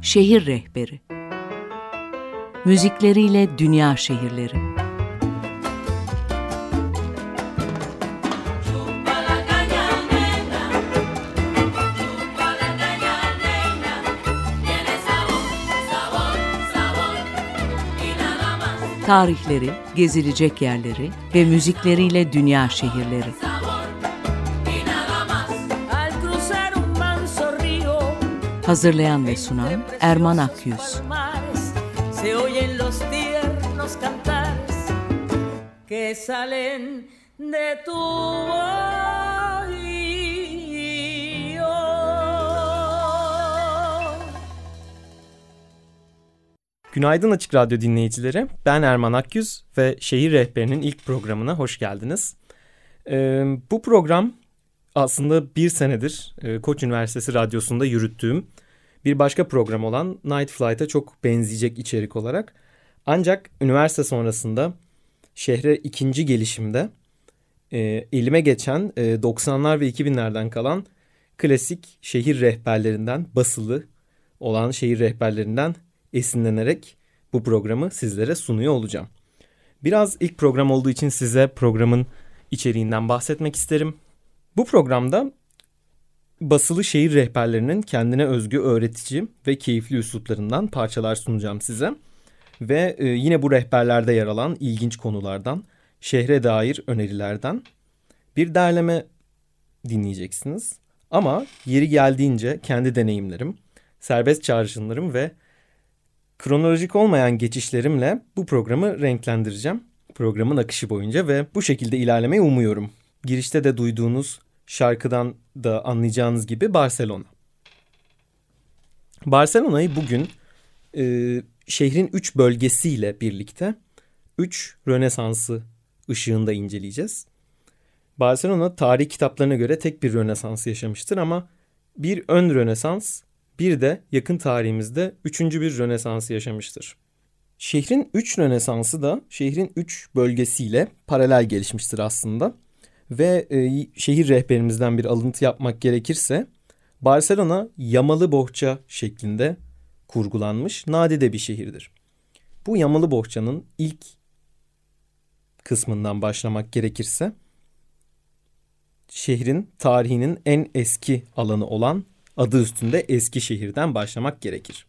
Şehir Rehberi. Müzikleriyle dünya şehirleri. Tarihleri, gezilecek yerleri ve müzikleriyle dünya şehirleri. Hazırlayan ve sunan Erman Akyüz. Günaydın Açık Radyo dinleyicileri. Ben Erman Akyüz ve Şehir Rehberi'nin ilk programına hoş geldiniz. Bu program aslında bir senedir Koç Üniversitesi Radyosu'nda yürüttüğüm bir başka program olan Night Flight'a çok benzeyecek içerik olarak. Ancak üniversite sonrasında şehre ikinci gelişimde elime geçen 90'lar ve 2000'lerden kalan klasik şehir rehberlerinden, basılı olan şehir rehberlerinden esinlenerek bu programı sizlere sunuyor olacağım. Biraz ilk program olduğu için size programın içeriğinden bahsetmek isterim. Bu programda basılı şehir rehberlerinin kendine özgü öğretici ve keyifli üsluplarından parçalar sunacağım size. Ve yine bu rehberlerde yer alan ilginç konulardan, şehre dair önerilerden bir derleme dinleyeceksiniz. Ama yeri geldiğince kendi deneyimlerim, serbest çağrışımlarım ve kronolojik olmayan geçişlerimle bu programı renklendireceğim. Programın akışı boyunca ve bu şekilde ilerlemeyi umuyorum. Girişte de duyduğunuz şarkıdan da anlayacağınız gibi Barcelona. Barcelona'yı bugün şehrin 3 bölgesiyle birlikte 3 Rönesans'ı ışığında inceleyeceğiz. Barcelona tarih kitaplarına göre tek bir Rönesans yaşamıştır ama bir ön Rönesans, bir de yakın tarihimizde 3. bir Rönesans yaşamıştır. Şehrin 3 Rönesansı da şehrin 3 bölgesiyle paralel gelişmiştir aslında. Ve şehir rehberimizden bir alıntı yapmak gerekirse Barcelona yamalı bohça şeklinde kurgulanmış nadide bir şehirdir. Bu yamalı bohçanın ilk kısmından başlamak gerekirse şehrin tarihinin en eski alanı olan adı üstünde Eskişehir'den başlamak gerekir.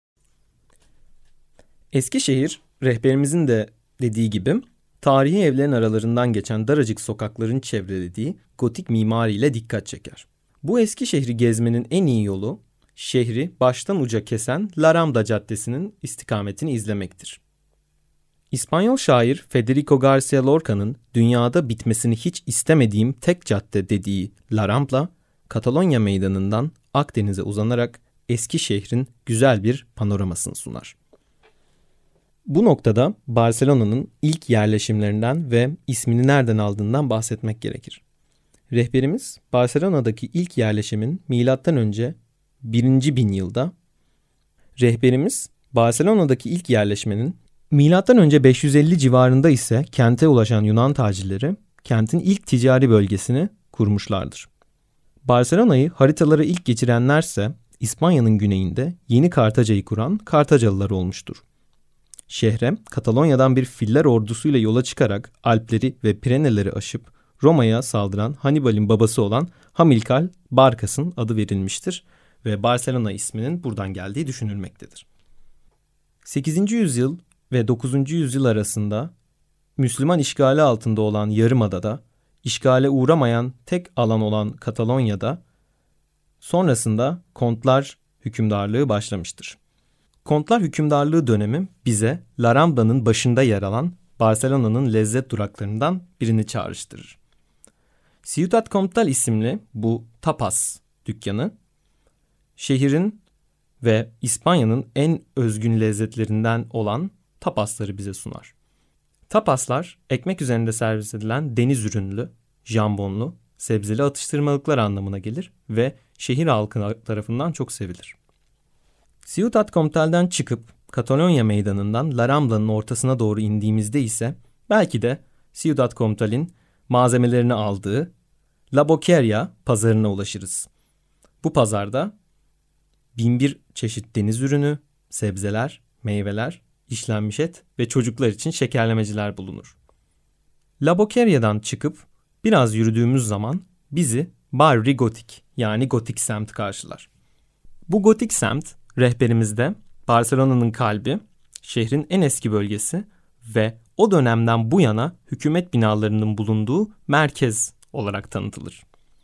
Eskişehir rehberimizin de dediği gibi tarihi evlerin aralarından geçen daracık sokakların çevrelediği gotik mimariyle dikkat çeker. Bu eski şehri gezmenin en iyi yolu şehri baştan uca kesen La Rambla Caddesi'nin istikametini izlemektir. İspanyol şair Federico García Lorca'nın dünyada bitmesini hiç istemediğim tek cadde dediği La Rambla, Katalonya meydanından Akdeniz'e uzanarak eski şehrin güzel bir panoramasını sunar. Bu noktada Barcelona'nın ilk yerleşimlerinden ve ismini nereden aldığından bahsetmek gerekir. Rehberimiz Barcelona'daki ilk yerleşimin M.Ö. 1. binyılda, M.Ö. 550 civarında ise kente ulaşan Yunan tacirleri kentin ilk ticari bölgesini kurmuşlardır. Barcelona'yı haritalara ilk geçirenlerse İspanya'nın güneyinde yeni Kartaca'yı kuran Kartacalılar olmuştur. Şehre Katalonya'dan bir filler ordusuyla yola çıkarak Alpleri ve Pireneleri aşıp Roma'ya saldıran Hannibal'in babası olan Hamilkar Barcas'ın adı verilmiştir ve Barcelona isminin buradan geldiği düşünülmektedir. 8. yüzyıl ve 9. yüzyıl arasında Müslüman işgali altında olan Yarımada'da işgale uğramayan tek alan olan Katalonya'da sonrasında Kontlar hükümdarlığı başlamıştır. Kontlar hükümdarlığı dönemi bize La Rambla'nın başında yer alan Barcelona'nın lezzet duraklarından birini çağrıştırır. Ciutat Comtal isimli bu tapas dükkanı şehrin ve İspanya'nın en özgün lezzetlerinden olan tapasları bize sunar. Tapaslar ekmek üzerinde servis edilen deniz ürünlü, jambonlu, sebzeli atıştırmalıklar anlamına gelir ve şehir halkı tarafından çok sevilir. Ciutat Comtal'den çıkıp Katalonya meydanından La Rambla'nın ortasına doğru indiğimizde ise belki de Ciutat Comtal'in malzemelerini aldığı La Boqueria pazarına ulaşırız. Bu pazarda binbir çeşit deniz ürünü, sebzeler, meyveler, işlenmiş et ve çocuklar için şekerlemeciler bulunur. La Boqueria'dan çıkıp biraz yürüdüğümüz zaman bizi Barri Gotik yani Gotik semt karşılar. Bu Gotik semt rehberimizde Barcelona'nın kalbi, şehrin en eski bölgesi ve o dönemden bu yana hükümet binalarının bulunduğu merkez olarak tanıtılır.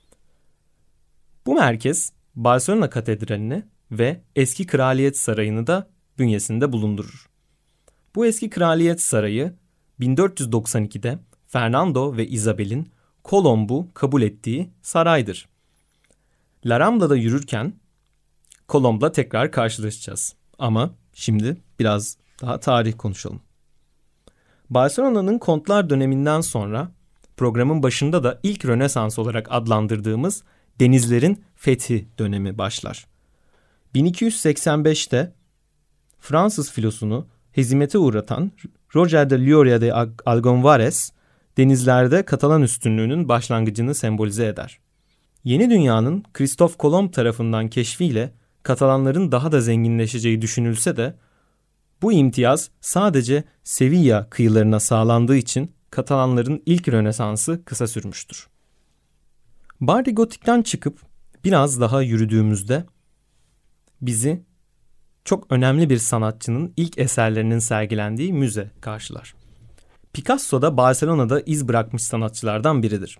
Bu merkez Barcelona Katedrali'ni ve eski Kraliyet Sarayı'nı da bünyesinde bulundurur. Bu eski Kraliyet Sarayı 1492'de Fernando ve Isabel'in Kolomb'u kabul ettiği saraydır. La Rambla'da yürürken Kolomb'la tekrar karşılaşacağız. Ama şimdi biraz daha tarih konuşalım. Barcelona'nın Kontlar döneminden sonra programın başında da ilk Rönesans olarak adlandırdığımız denizlerin fethi dönemi başlar. 1285'te Fransız filosunu hezimete uğratan Roger de Lloria de Algonvares denizlerde Katalan üstünlüğünün başlangıcını sembolize eder. Yeni dünyanın Christophe Colomb tarafından keşfiyle Katalanların daha da zenginleşeceği düşünülse de bu imtiyaz sadece Sevilla kıyılarına sağlandığı için Katalanların ilk Rönesansı kısa sürmüştür. Barri Gotik'ten çıkıp biraz daha yürüdüğümüzde bizi çok önemli bir sanatçının ilk eserlerinin sergilendiği müze karşılar. Picasso da Barcelona'da iz bırakmış sanatçılardan biridir.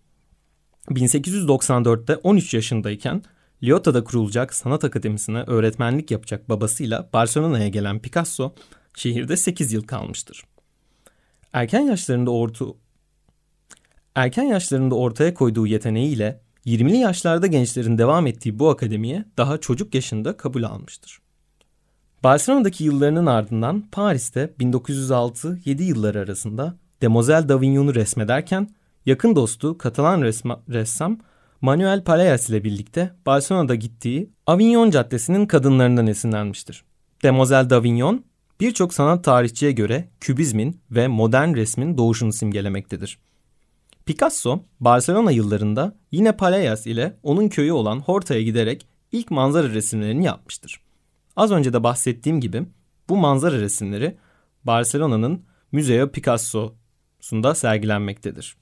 1894'te 13 yaşındayken Lyota'da kurulacak sanat akademisine öğretmenlik yapacak babasıyla Barcelona'ya gelen Picasso şehirde 8 yıl kalmıştır. Erken yaşlarında ortaya koyduğu yeteneğiyle 20'li yaşlarda gençlerin devam ettiği bu akademiye daha çocuk yaşında kabul almıştır. Barcelona'daki yıllarının ardından Paris'te 1906-7 yılları arasında Demoiselle d'Avignon'u resmederken yakın dostu Katalan ressam Manuel Pallas ile birlikte Barcelona'da gittiği Avignon Caddesi'nin kadınlarından esinlenmiştir. Demoiselle d'Avignon birçok sanat tarihçiye göre kübizmin ve modern resmin doğuşunu simgelemektedir. Picasso, Barcelona yıllarında yine Pallas ile onun köyü olan Horta'ya giderek ilk manzara resimlerini yapmıştır. Az önce de bahsettiğim gibi bu manzara resimleri Barcelona'nın Museo Picasso'sunda sergilenmektedir.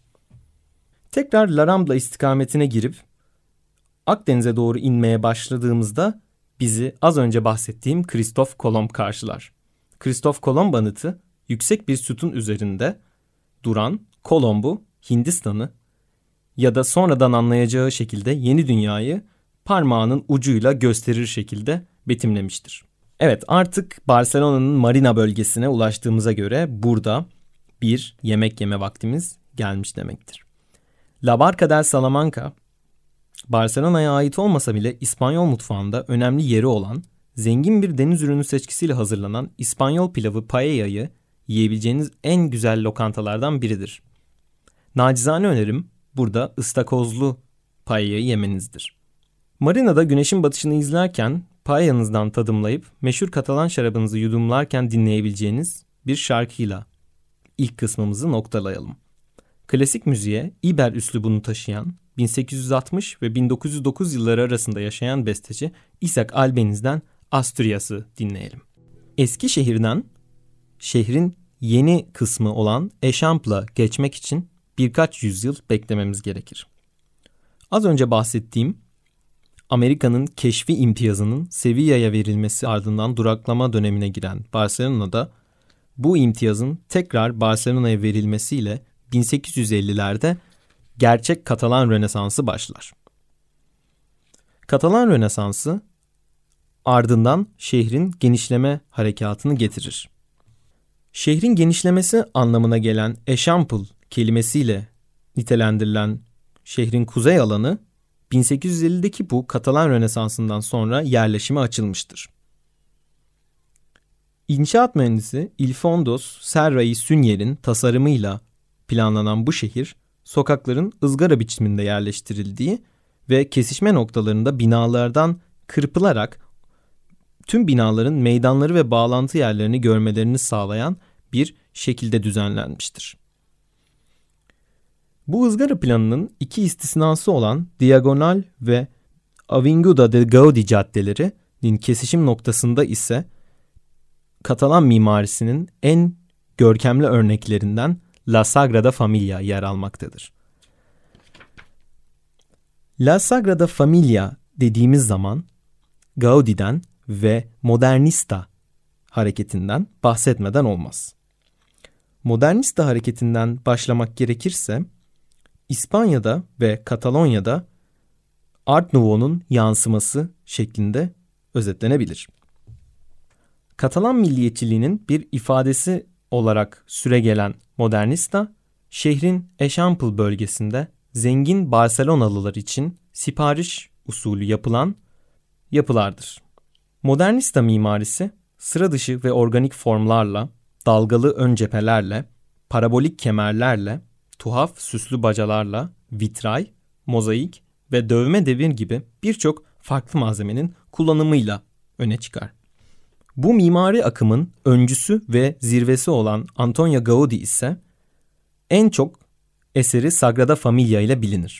Tekrar La Rambla istikametine girip Akdeniz'e doğru inmeye başladığımızda bizi az önce bahsettiğim Christophe Colomb karşılar. Christophe Colomb anıtı yüksek bir sütun üzerinde duran Kolomb'u, Hindistan'ı ya da sonradan anlayacağı şekilde yeni dünyayı parmağının ucuyla gösterir şekilde betimlemiştir. Evet, artık Barcelona'nın Marina bölgesine ulaştığımıza göre burada bir yemek yeme vaktimiz gelmiş demektir. La Barca del Salamanca, Barcelona'ya ait olmasa bile İspanyol mutfağında önemli yeri olan, zengin bir deniz ürünü seçkisiyle hazırlanan İspanyol pilavı paella'yı yiyebileceğiniz en güzel lokantalardan biridir. Nacizane önerim burada ıstakozlu paella'yı yemenizdir. Marina'da güneşin batışını izlerken paellanızdan tadımlayıp meşhur Katalan şarabınızı yudumlarken dinleyebileceğiniz bir şarkıyla ilk kısmımızı noktalayalım. Klasik müziğe İber üslubunu taşıyan, 1860 ve 1909 yılları arasında yaşayan besteci Isaac Albéniz'den Asturias'ı dinleyelim. Eskişehir'den şehrin yeni kısmı olan Echample'a geçmek için birkaç yüzyıl beklememiz gerekir. Az önce bahsettiğim Amerika'nın keşfi imtiyazının Sevilla'ya verilmesi ardından duraklama dönemine giren Barcelona'da bu imtiyazın tekrar Barcelona'ya verilmesiyle 1850'lerde gerçek Katalan Rönesansı başlar. Katalan Rönesansı ardından şehrin genişleme harekatını getirir. Şehrin genişlemesi anlamına gelen Eixample kelimesiyle nitelendirilen şehrin kuzey alanı 1850'deki bu Katalan Rönesansı'ndan sonra yerleşime açılmıştır. İnşaat mühendisi Ildefonso Serra y Suñer'in tasarımıyla planlanan bu şehir, sokakların ızgara biçiminde yerleştirildiği ve kesişme noktalarında binalardan kırpılarak tüm binaların meydanları ve bağlantı yerlerini görmelerini sağlayan bir şekilde düzenlenmiştir. Bu ızgara planının iki istisnası olan Diagonal ve Avinguda de Gaudí caddeleri mimarinin kesişim noktasında ise Katalan mimarisinin en görkemli örneklerinden La Sagrada Familia yer almaktadır. La Sagrada Familia dediğimiz zaman Gaudi'den ve Modernista hareketinden bahsetmeden olmaz. Modernista hareketinden başlamak gerekirse İspanya'da ve Katalonya'da Art Nouveau'nun yansıması şeklinde özetlenebilir. Katalan milliyetçiliğinin bir ifadesi olarak süregelen Modernista, şehrin Eixample bölgesinde zengin Barcelonalılar için sipariş usulü yapılan yapılardır. Modernista mimarisi sıra dışı ve organik formlarla, dalgalı ön cephelerle, parabolik kemerlerle, tuhaf süslü bacalarla, vitray, mozaik ve dövme devir gibi birçok farklı malzemenin kullanımıyla öne çıkar. Bu mimari akımın öncüsü ve zirvesi olan Antonio Gaudí ise en çok eseri Sagrada Familia ile bilinir.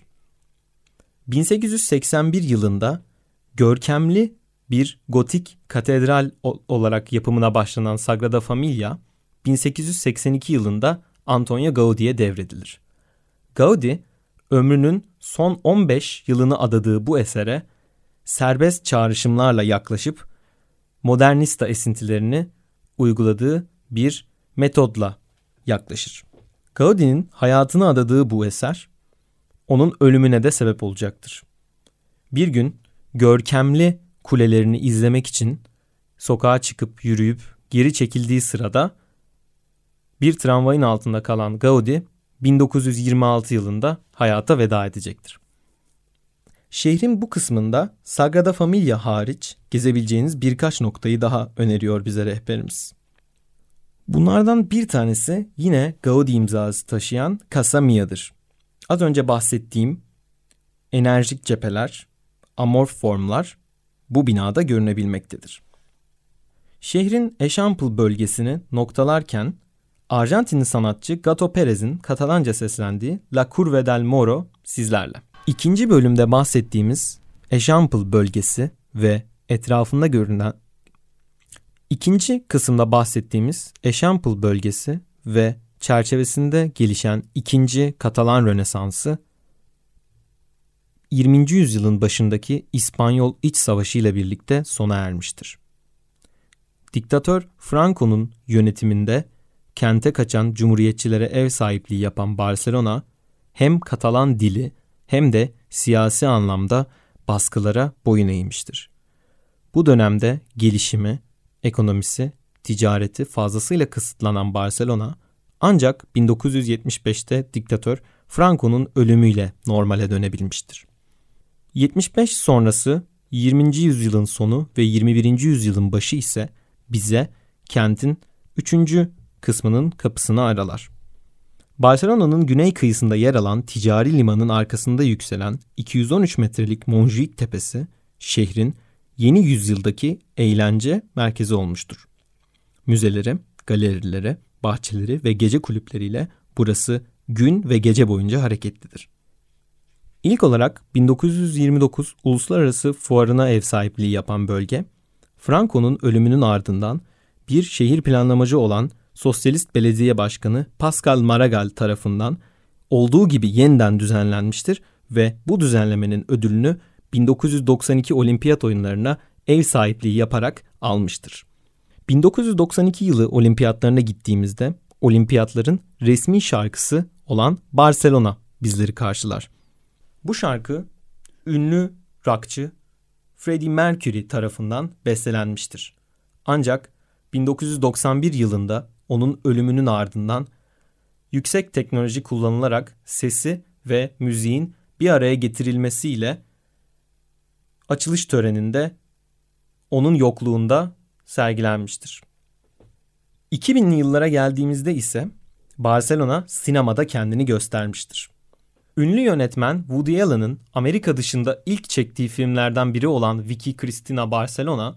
1881 yılında görkemli bir gotik katedral olarak yapımına başlanan Sagrada Familia, 1882 yılında Antonio Gaudí'ye devredilir. Gaudí, ömrünün son 15 yılını adadığı bu esere serbest çağrışımlarla yaklaşıp modernista esintilerini uyguladığı bir metodla yaklaşır. Gaudí'nin hayatını adadığı bu eser, onun ölümüne de sebep olacaktır. Bir gün görkemli kulelerini izlemek için sokağa çıkıp yürüyüp geri çekildiği sırada bir tramvayın altında kalan Gaudí 1926 yılında hayata veda edecektir. Şehrin bu kısmında Sagrada Familia hariç gezebileceğiniz birkaç noktayı daha öneriyor bize rehberimiz. Bunlardan bir tanesi yine Gaudí imzası taşıyan Casa Mia'dır. Az önce bahsettiğim enerjik cepheler, amorf formlar bu binada görünebilmektedir. Şehrin Eixample bölgesini noktalarken Arjantinli sanatçı Gato Perez'in Katalanca seslendiği La Curva del Moro sizlerle. İkinci bölümde bahsettiğimiz Eixample bölgesi ve etrafında görünen ikinci kısımda bahsettiğimiz Eixample bölgesi ve çerçevesinde gelişen ikinci Katalan Rönesansı 20. yüzyılın başındaki İspanyol İç Savaşı ile birlikte sona ermiştir. Diktatör Franco'nun yönetiminde kente kaçan cumhuriyetçilere ev sahipliği yapan Barcelona hem Katalan dili hem de siyasi anlamda baskılara boyun eğmiştir. Bu dönemde gelişimi, ekonomisi, ticareti fazlasıyla kısıtlanan Barcelona ancak 1975'te diktatör Franco'nun ölümüyle normale dönebilmiştir. 75 sonrası 20. yüzyılın sonu ve 21. yüzyılın başı ise bize kentin 3. kısmının kapısını aralar. Barcelona'nın güney kıyısında yer alan ticari limanın arkasında yükselen 213 metrelik Montjuic Tepesi, şehrin yeni yüzyıldaki eğlence merkezi olmuştur. Müzeleri, galerileri, bahçeleri ve gece kulüpleriyle burası gün ve gece boyunca hareketlidir. İlk olarak 1929 Uluslararası Fuarı'na ev sahipliği yapan bölge, Franco'nun ölümünün ardından bir şehir planlamacı olan Sosyalist Belediye Başkanı Pascal Maragall tarafından olduğu gibi yeniden düzenlenmiştir ve bu düzenlemenin ödülünü 1992 Olimpiyat Oyunlarına ev sahipliği yaparak almıştır. 1992 yılı olimpiyatlarına gittiğimizde olimpiyatların resmi şarkısı olan Barcelona bizleri karşılar. Bu şarkı ünlü rockçı Freddie Mercury tarafından bestelenmiştir. Ancak 1991 yılında onun ölümünün ardından yüksek teknoloji kullanılarak sesi ve müziğin bir araya getirilmesiyle açılış töreninde onun yokluğunda sergilenmiştir. 2000'li yıllara geldiğimizde ise Barcelona sinemada kendini göstermiştir. Ünlü yönetmen Woody Allen'ın Amerika dışında ilk çektiği filmlerden biri olan Vicky Cristina Barcelona,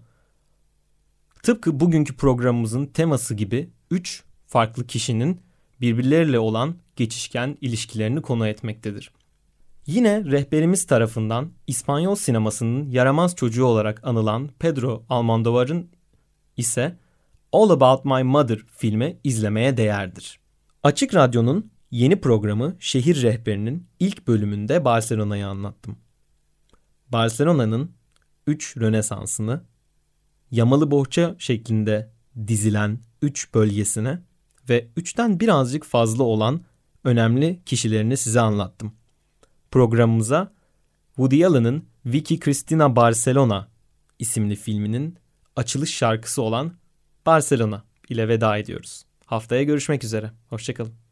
tıpkı bugünkü programımızın teması gibi 3 farklı kişinin birbirleriyle olan geçişken ilişkilerini konu etmektedir. Yine rehberimiz tarafından İspanyol sinemasının yaramaz çocuğu olarak anılan Pedro Almodóvar'ın ise All About My Mother filmi izlemeye değerdir. Açık Radyo'nun yeni programı Şehir Rehberi'nin ilk bölümünde Barcelona'yı anlattım. Barcelona'nın 3 Rönesans'ını, yamalı bohça şeklinde dizilen 3 bölgesini ve 3'ten birazcık fazla olan önemli kişilerini size anlattım. Programımıza Woody Allen'ın Vicky Cristina Barcelona isimli filminin açılış şarkısı olan Barcelona ile veda ediyoruz. Haftaya görüşmek üzere. Hoşça kalın.